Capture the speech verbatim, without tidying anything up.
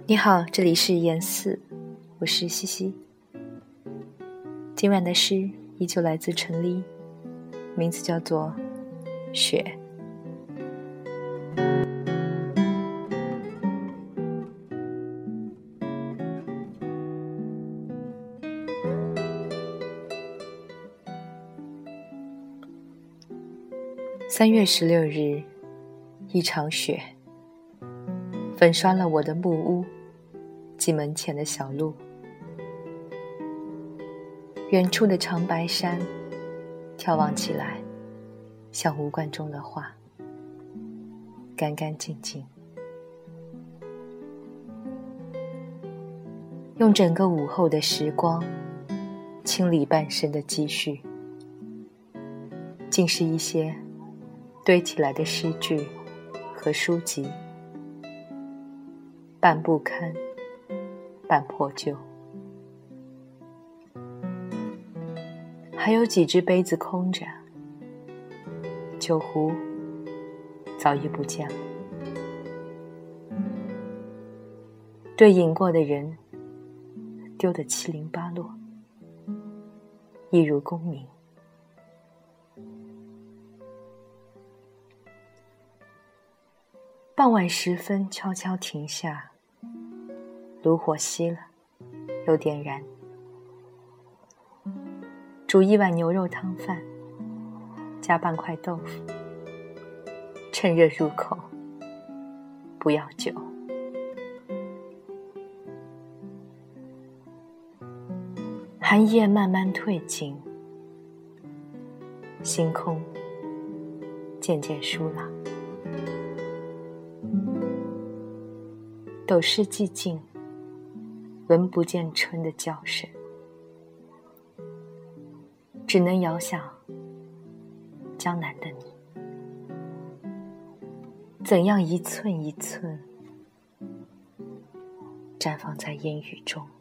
你好，这里是言四，我是西西。今晚的诗依旧来自陈粒，名字叫做雪。三月十六日，一场雪粉刷了我的木屋及门前的小路。远处的长白山眺望起来像无冠中的画，干干净净。用整个午后的时光清理半生的积蓄，竟是一些堆起来的诗句和书籍，半不堪半破旧。还有几只杯子空着，酒壶早已不见了。对饮过的人丢得七零八落，一如功名。傍晚时分悄悄停下，炉火熄了又点燃，煮一碗牛肉汤饭，加半块豆腐，趁热入口，不要酒。寒夜慢慢退尽，星空渐渐疏朗，斗室寂静，闻不见春的叫声，只能遥想江南的你，怎样一寸一寸绽放在烟雨中。